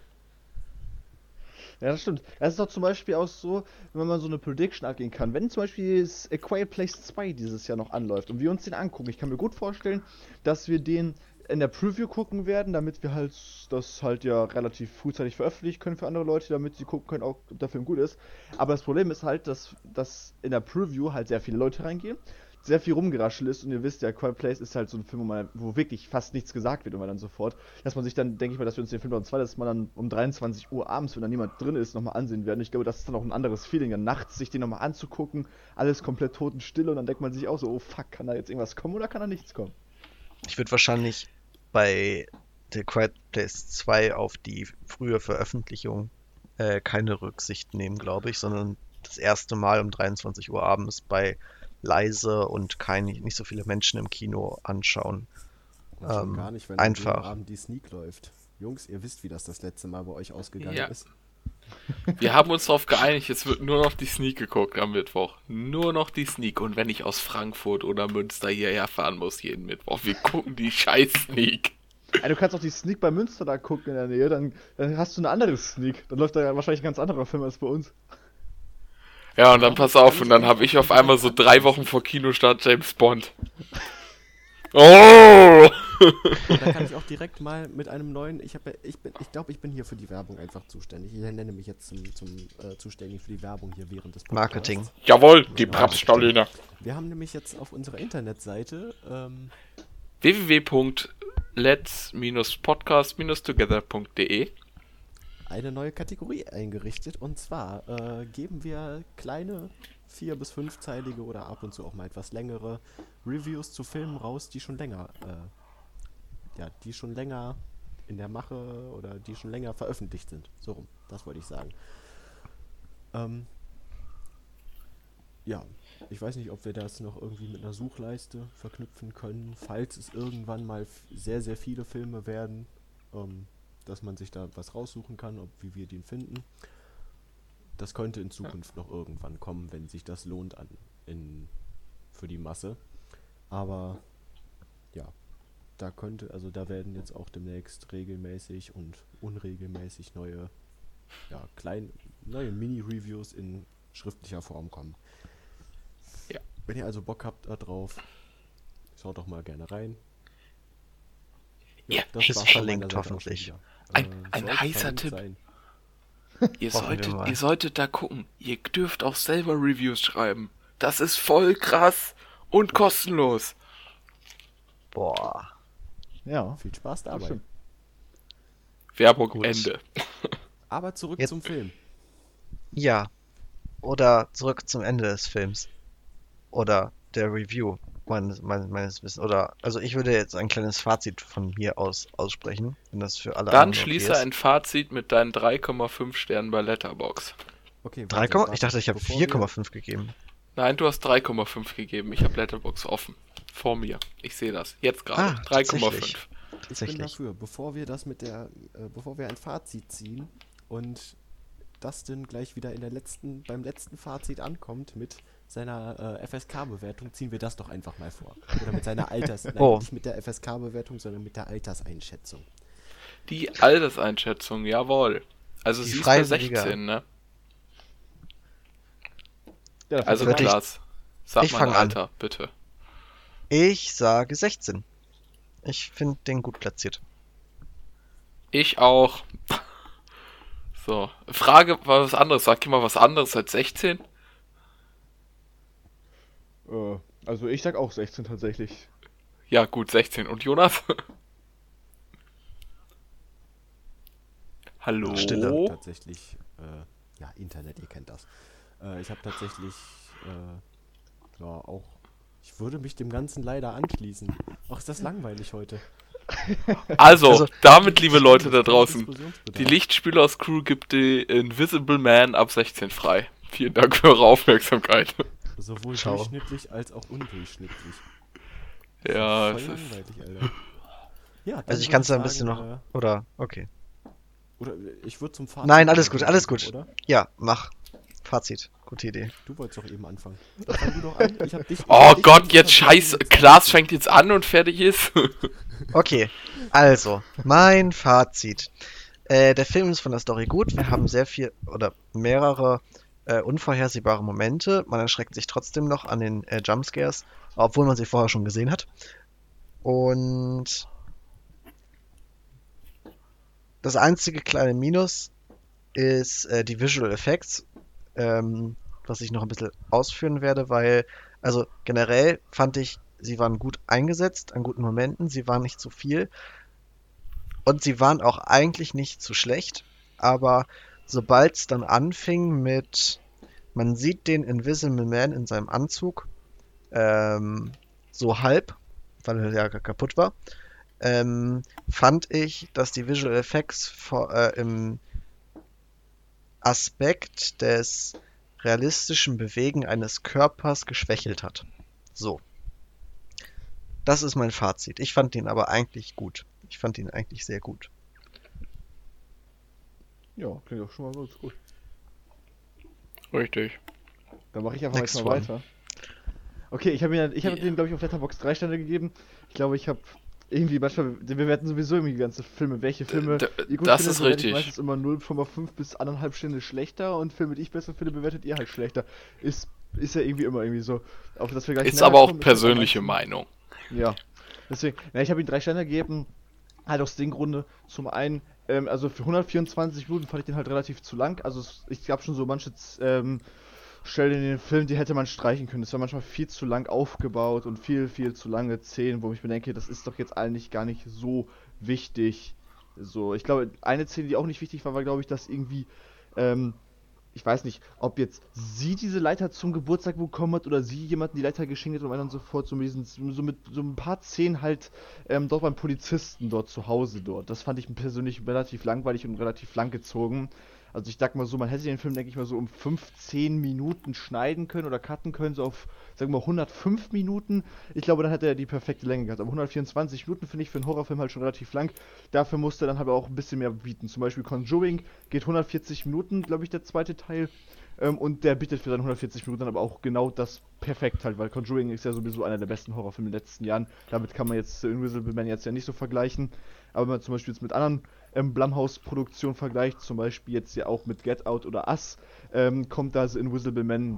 Ja, das stimmt. Das ist doch zum Beispiel auch so, wenn man so eine Prediction abgehen kann. Wenn zum Beispiel A Quiet Place 2 dieses Jahr noch anläuft und wir uns den angucken, ich kann mir gut vorstellen, dass wir den in der Preview gucken werden, damit wir halt das halt ja relativ frühzeitig veröffentlichen können für andere Leute, damit sie gucken können, ob der Film gut ist. Aber das Problem ist halt, dass in der Preview halt sehr viele Leute reingehen, sehr viel rumgeraschelt ist und ihr wisst ja, Quiet Place ist halt so ein Film, wo wirklich fast nichts gesagt wird und man dann sofort, dass man sich dann, denke ich mal, dass wir uns den Film dann zweites Mal dann um 23 Uhr abends, wenn da niemand drin ist, nochmal ansehen werden. Ich glaube, das ist dann auch ein anderes Feeling, dann nachts sich den nochmal anzugucken, alles komplett totenstill und dann denkt man sich auch so, oh fuck, kann da jetzt irgendwas kommen oder kann da nichts kommen? Ich würde wahrscheinlich bei The Quiet Place 2 auf die frühe Veröffentlichung keine Rücksicht nehmen, glaube ich, sondern das erste Mal um 23 Uhr abends bei leise und nicht so viele Menschen im Kino anschauen. Und schon gar nicht, wenn einfach. am Abend die Sneak läuft. Jungs, ihr wisst, wie das letzte Mal bei euch ausgegangen Ja. ist. Wir haben uns darauf geeinigt, es wird nur noch die Sneak geguckt am Mittwoch. Nur noch die Sneak. Und wenn ich aus Frankfurt oder Münster hierher fahren muss jeden Mittwoch, wir gucken die scheiß Sneak. Ey, du kannst auch die Sneak bei Münster da gucken in der Nähe, dann hast du eine andere Sneak. Dann läuft da ja wahrscheinlich ein ganz anderer Film als bei uns. Ja, und dann pass auf, und dann habe ich auf einmal so 3 Wochen vor Kinostart James Bond. Oh! Da kann ich auch direkt mal mit einem neuen, ich glaube, ich bin hier für die Werbung einfach zuständig. Ich nenne mich jetzt zum Zuständigen für die Werbung hier während des Podcasts. Marketing. Jawohl, die Brapsstalliner. Wir haben nämlich jetzt auf unserer Internetseite www.let's-podcast-together.de eine neue Kategorie eingerichtet, und zwar geben wir kleine 4- bis 5-zeilige oder ab und zu auch mal etwas längere Reviews zu Filmen raus, die schon länger in der Mache oder die schon länger veröffentlicht sind. So rum, das wollte ich sagen. Ja, ich weiß nicht, ob wir das noch irgendwie mit einer Suchleiste verknüpfen können, falls es irgendwann mal sehr, sehr viele Filme werden, dass man sich da was raussuchen kann, wie wir den finden. Das könnte in Zukunft noch irgendwann kommen, wenn sich das lohnt für die Masse. Aber ja, da werden jetzt auch demnächst regelmäßig und unregelmäßig neue Mini-Reviews in schriftlicher Form kommen. Ja. Wenn ihr also Bock habt da drauf, schaut doch mal gerne rein. Ja, das ist war's von verlinkt meiner Seite auch schon hoffentlich. wieder. Ein Sollte heißer verlinkt Tipp. sein. Ihr Hoffen wir mal. solltet da gucken. Ihr dürft auch selber Reviews schreiben. Das ist voll krass und kostenlos. Boah. Ja, Viel Spaß das dabei. stimmt. Werbung Gut. Ende. Aber zurück Jetzt- zum Film. Ja. Oder zurück zum Ende des Films. Oder der Review meines Wissens. Oder, also ich würde jetzt ein kleines Fazit von mir aus aussprechen, wenn das für alle Dann anderen okay schließe ist. ein Fazit mit deinen 3,5 Sternen bei Letterboxd. Okay, 3, ich dachte, ich habe bevor wir- 4,5 gegeben. Nein, du hast 3,5 gegeben. Ich habe Letterboxd offen. Vor mir. Ich sehe das. Jetzt gerade. 3,5. Ich bin Tatsächlich. dafür, bevor wir ein Fazit ziehen und Dustin gleich wieder beim letzten Fazit ankommt mit seiner FSK-Bewertung, ziehen wir das doch einfach mal vor. Oder mit seiner Oh. nicht mit der FSK-Bewertung, sondern mit der Alterseinschätzung. Die Alterseinschätzung, jawohl. Also Die sie ist bei freiwillige. 16, ne? Ja, Also Würde ich- Klaas, sag ich mal fang ein an. Alter, bitte. Ich sage 16. Ich finde den gut platziert. Ich auch. So, Frage war was anderes. Sag mal was anderes als 16. Also ich sag auch 16 tatsächlich. Ja, gut, 16. Und Jonas? Hallo? Stille. Tatsächlich, Internet, ihr kennt das. Ich habe tatsächlich, auch, ich würde mich dem Ganzen leider anschließen. Ach, ist das langweilig heute. Also, damit, liebe Leute da Kein draußen, Diskussionsbedarf. die Lichtspielers-Crew gibt die Invisible Man ab 16 frei. Vielen Dank für eure Aufmerksamkeit. Sowohl Ciao. durchschnittlich als auch undurchschnittlich. Ja, Voll es ist... langweilig, Alter. Ja, dann Also ich würd kann es da ein bisschen sagen, noch. Oder, okay. Oder ich würde zum Fazit... Nein, alles gut, alles gut. Oder? Ja, mach. Fazit. Gute Idee. Du wolltest doch eben anfangen. Dann fang du doch an. Ich hab dich, ich Oh hab dich Gott, schon jetzt unterbrochen, scheiße. jetzt- Klaas fängt jetzt an und fertig ist. Okay, also, mein Fazit. Der Film ist von der Story gut. Wir haben sehr viel oder mehrere unvorhersehbare Momente. Man erschreckt sich trotzdem noch an den Jumpscares, obwohl man sie vorher schon gesehen hat. Und das einzige kleine Minus ist die Visual Effects, was ich noch ein bisschen ausführen werde, weil Also generell fand ich, sie waren gut eingesetzt an guten Momenten, sie waren nicht zu viel und sie waren auch eigentlich nicht zu schlecht, aber sobald es dann anfing mit, man sieht den Invisible Man in seinem Anzug, so halb, weil er ja kaputt war, fand ich, dass die Visual Effects im Aspekt des realistischen Bewegen eines Körpers geschwächelt hat. So. Das ist mein Fazit. Ich fand ihn aber eigentlich gut. Ich fand ihn eigentlich sehr gut. Ja, klingt doch schon mal ganz gut. Richtig. Dann mache ich einfach Next jetzt mal one. weiter. Okay, ich habe dem, glaube ich, auf Letterboxd 3 Sterne gegeben. Ich glaube, ich habe irgendwie manchmal, wir bewerten sowieso irgendwie die ganze Filme. Welche Filme ihr gut Das findet, ist bewerte ich richtig. meistens immer 0,5 bis 1,5 Sterne schlechter und Filme, die ich besser finde, bewertet ihr halt schlechter. Ist ja irgendwie immer irgendwie so. Auf das wir gleich Ist näher aber auch kommen, ist halt am persönliche meisten- Meinung. Ja. Deswegen, ich habe ihm 3 Sterne gegeben. Halt aus dem Grunde, zum einen, also für 124 Minuten fand ich den halt relativ zu lang. Also ich gab schon so manche Stellen in den Film, die hätte man streichen können. Es war manchmal viel zu lang aufgebaut und viel, viel zu lange Szenen, wo ich mir denke, das ist doch jetzt eigentlich gar nicht so wichtig. So, ich glaube, eine Szene, die auch nicht wichtig war, glaube ich, dass irgendwie, ich weiß nicht, ob jetzt sie diese Leiter zum Geburtstag bekommen hat oder sie jemanden die Leiter geschenkt hat und weiter und so fort, so mit so ein paar Szenen halt dort beim Polizisten dort zu Hause dort. Das fand ich persönlich relativ langweilig und relativ lang gezogen. Also ich sag mal so, man hätte den Film, denke ich mal, so um 15 Minuten schneiden können oder cutten können, so auf, sagen wir mal, 105 Minuten. Ich glaube, dann hätte er die perfekte Länge gehabt. Aber 124 Minuten finde ich für einen Horrorfilm halt schon relativ lang. Dafür musste er dann aber auch ein bisschen mehr bieten. Zum Beispiel Conjuring geht 140 Minuten, glaube ich, der zweite Teil. Und der bietet für seine 140 Minuten dann aber auch genau das perfekt halt, weil Conjuring ist ja sowieso einer der besten Horrorfilme der letzten Jahren. Damit kann man jetzt Invisible Man jetzt ja nicht so vergleichen. Aber wenn man zum Beispiel jetzt mit anderen Blumhouse-Produktionen vergleicht, zum Beispiel jetzt ja auch mit Get Out oder Us, kommt da The Invisible Man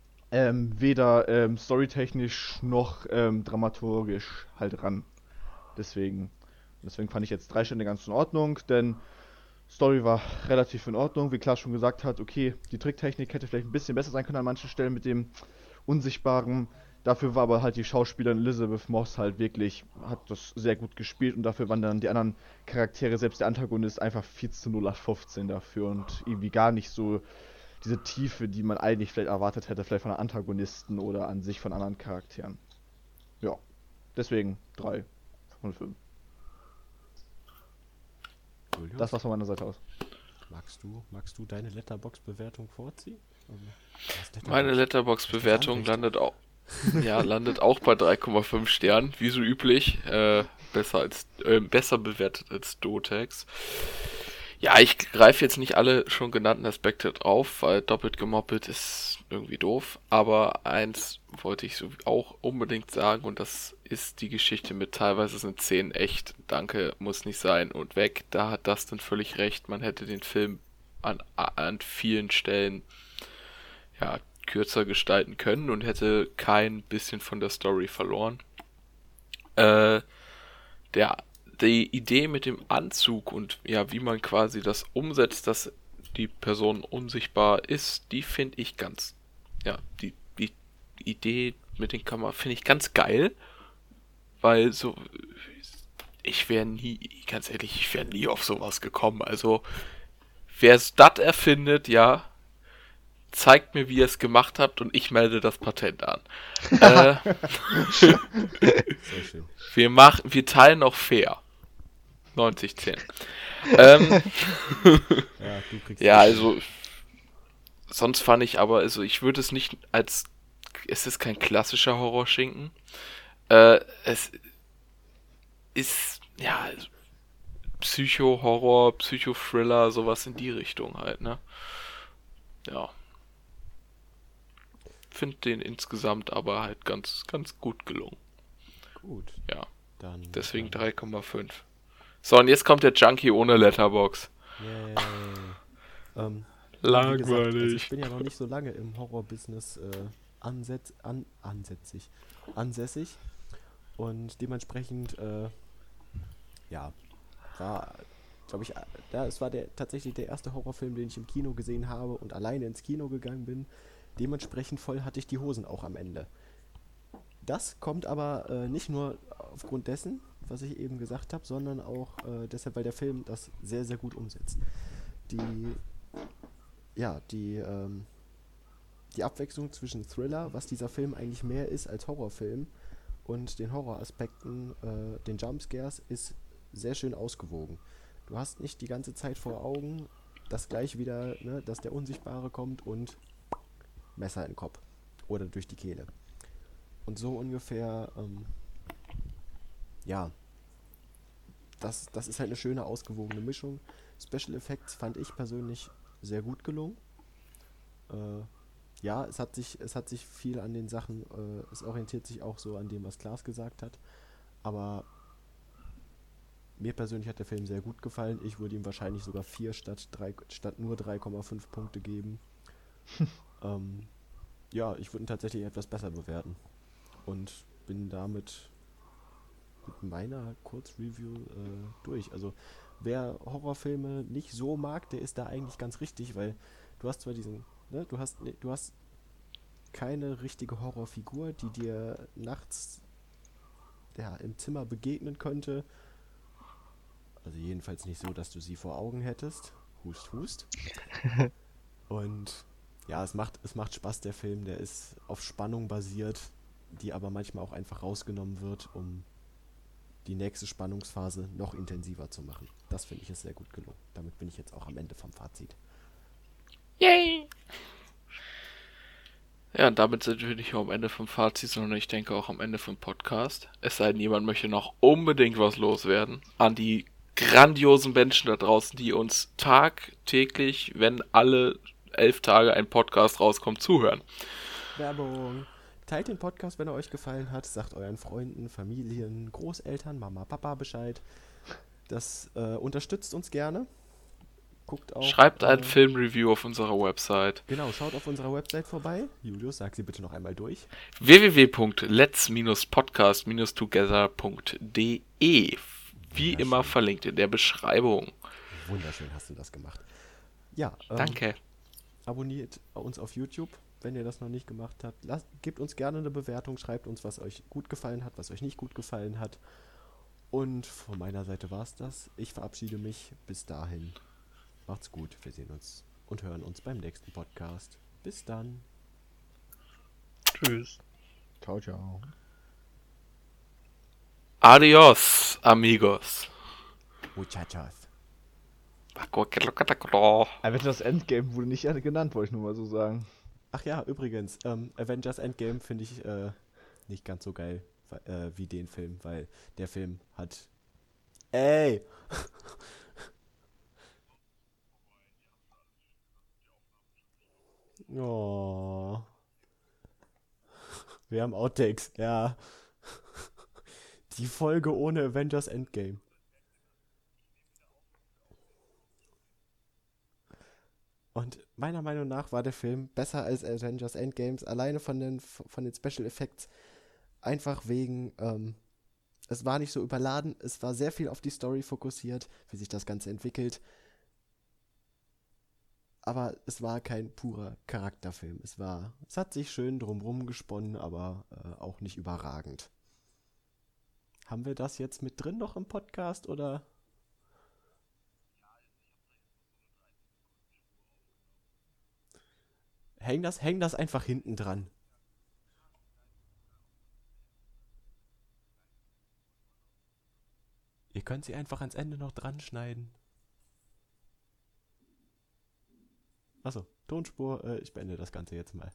weder storytechnisch noch dramaturgisch halt ran. Deswegen fand ich jetzt 3 Sterne ganz in Ordnung, denn Story war relativ in Ordnung, wie Klaas schon gesagt hat, okay, die Tricktechnik hätte vielleicht ein bisschen besser sein können an manchen Stellen mit dem Unsichtbaren. Dafür war aber halt die Schauspielerin Elizabeth Moss halt wirklich, hat das sehr gut gespielt und dafür waren dann die anderen Charaktere, selbst der Antagonist, einfach viel zu 0815 dafür und irgendwie gar nicht so diese Tiefe, die man eigentlich vielleicht erwartet hätte, vielleicht von Antagonisten oder an sich von anderen Charakteren. Ja, deswegen 3 von 5. Julius, Das war's von meiner Seite aus. magst du deine Letterbox-Bewertung vorziehen? Also, Meine Letterbox-Bewertung landet auch bei 3,5 Sternen, wie so üblich. Besser bewertet als Dotex. Ja, ich greife jetzt nicht alle schon genannten Aspekte drauf, weil doppelt gemoppelt ist irgendwie doof. Aber eins wollte ich so auch unbedingt sagen und das ist die Geschichte mit teilweise sind Szenen echt, danke, muss nicht sein und weg. Da hat Dustin völlig recht, man hätte den Film an vielen Stellen ja, kürzer gestalten können und hätte kein bisschen von der Story verloren. Die Idee mit dem Anzug und ja, wie man quasi das umsetzt, dass die Person unsichtbar ist, die finde ich die Idee mit den Kameras finde ich ganz geil, weil so, ganz ehrlich, ich wäre nie auf sowas gekommen. Also, wer das erfindet, ja, zeigt mir, wie ihr es gemacht habt und ich melde das Patent an. Sehr schön. Wir teilen auch fair. 90-10. Ja, du kriegst Ja, also sonst fand ich aber, also ich würde es nicht es ist kein klassischer Horrorschinken. Es ist, ja, Psycho-Horror, Psycho-Thriller, sowas in die Richtung halt, ne? Ja. Finde den insgesamt aber halt ganz, ganz gut gelungen. gut. Ja, Dann deswegen ähm, 3,5. So, und jetzt kommt der Junkie ohne Letterbox. Yay. Wie gesagt, Langweilig. also ich bin ja noch nicht so lange im Horror-Business ansässig und dementsprechend ja, war, glaube ich, es war tatsächlich der erste Horrorfilm, den ich im Kino gesehen habe und alleine ins Kino gegangen bin. Dementsprechend voll hatte ich die Hosen auch am Ende. Das kommt aber nicht nur aufgrund dessen, was ich eben gesagt habe, sondern auch deshalb, weil der Film das sehr, sehr gut umsetzt. Die, ja, die Abwechslung zwischen Thriller, was dieser Film eigentlich mehr ist als Horrorfilm, und den Horroraspekten, den Jumpscares, ist sehr schön ausgewogen. Du hast nicht die ganze Zeit vor Augen, dass gleich wieder, ne, dass der Unsichtbare kommt und Messer in den Kopf oder durch die Kehle. Und so ungefähr, ja, das ist halt eine schöne, ausgewogene Mischung. Special Effects fand ich persönlich sehr gut gelungen. Ja, es hat sich viel an den Sachen, es orientiert sich auch so an dem, was Klaas gesagt hat. Aber mir persönlich hat der Film sehr gut gefallen. Ich würde ihm wahrscheinlich sogar 4 statt nur 3,5 Punkte geben. Ja, ich würde ihn tatsächlich etwas besser bewerten. Und bin damit mit meiner Kurzreview durch. Also wer Horrorfilme nicht so mag, der ist da eigentlich ganz richtig, weil du hast zwar diesen, ne, du hast keine richtige Horrorfigur, die dir nachts im Zimmer begegnen könnte. Also jedenfalls nicht so, dass du sie vor Augen hättest. Hust, hust. Und ja, es macht Spaß, der Film. Der ist auf Spannung basiert, die aber manchmal auch einfach rausgenommen wird, um die nächste Spannungsphase noch intensiver zu machen. Das finde ich ist sehr gut gelungen. Damit bin ich jetzt auch am Ende vom Fazit. Yay! Ja, und damit sind wir nicht nur am Ende vom Fazit, sondern ich denke auch am Ende vom Podcast. Es sei denn, jemand möchte noch unbedingt was loswerden an die grandiosen Menschen da draußen, die uns tagtäglich, wenn alle 11 Tage ein Podcast rauskommt, zuhören. Werbung! Teilt den Podcast, wenn er euch gefallen hat. Sagt euren Freunden, Familien, Großeltern, Mama, Papa Bescheid. Das unterstützt uns gerne. Guckt auch, Schreibt ein Filmreview auf unserer Website. Genau, schaut auf unserer Website vorbei. Julius, sag sie bitte noch einmal durch. www.lets-podcast-together.de. Wie immer verlinkt in der Beschreibung. Wunderschön hast du das gemacht. Ja, Danke. Abonniert uns auf YouTube, wenn ihr das noch nicht gemacht habt. Gebt uns gerne eine Bewertung, schreibt uns, was euch gut gefallen hat, was euch nicht gut gefallen hat. Und von meiner Seite war es das. Ich verabschiede mich. Bis dahin. Macht's gut. Wir sehen uns und hören uns beim nächsten Podcast. Bis dann. Tschüss. Ciao, ciao. Adios, amigos. Muchachos. Avengers Endgame wurde nicht genannt, wollte ich nur mal so sagen. Ach ja, übrigens, Avengers Endgame finde ich nicht ganz so geil wie den Film, weil der Film hat... Ey! Oh. Wir haben Outtakes, ja. Die Folge ohne Avengers Endgame. Und meiner Meinung nach war der Film besser als Avengers Endgames, alleine von den Special Effects. Einfach wegen, es war nicht so überladen, es war sehr viel auf die Story fokussiert, wie sich das Ganze entwickelt. Aber es war kein purer Charakterfilm. Es hat sich schön drumrum gesponnen, aber auch nicht überragend. Haben wir das jetzt mit drin noch im Podcast, oder? Häng das einfach hinten dran. Ihr könnt sie einfach ans Ende noch dran schneiden. Achso, Tonspur, ich beende das Ganze jetzt mal.